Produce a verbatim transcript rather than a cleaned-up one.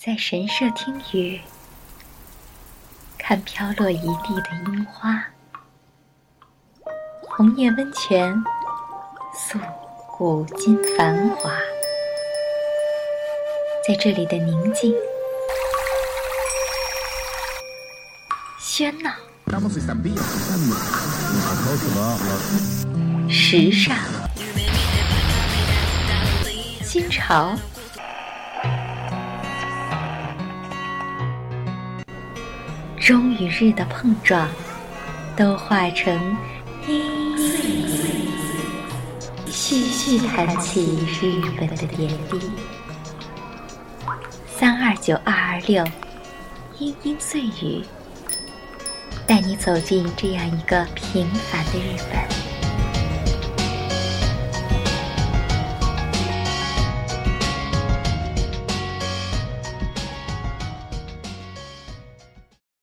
在神社听雨，看飘落一地的樱花，红叶温泉诉古今繁华。在这里的宁静、喧闹、时尚、新潮，钟与日的碰撞，都化成音碎，细细谈起日本的点滴。三二九二二六，英英碎语，带你走进这样一个平凡的日本。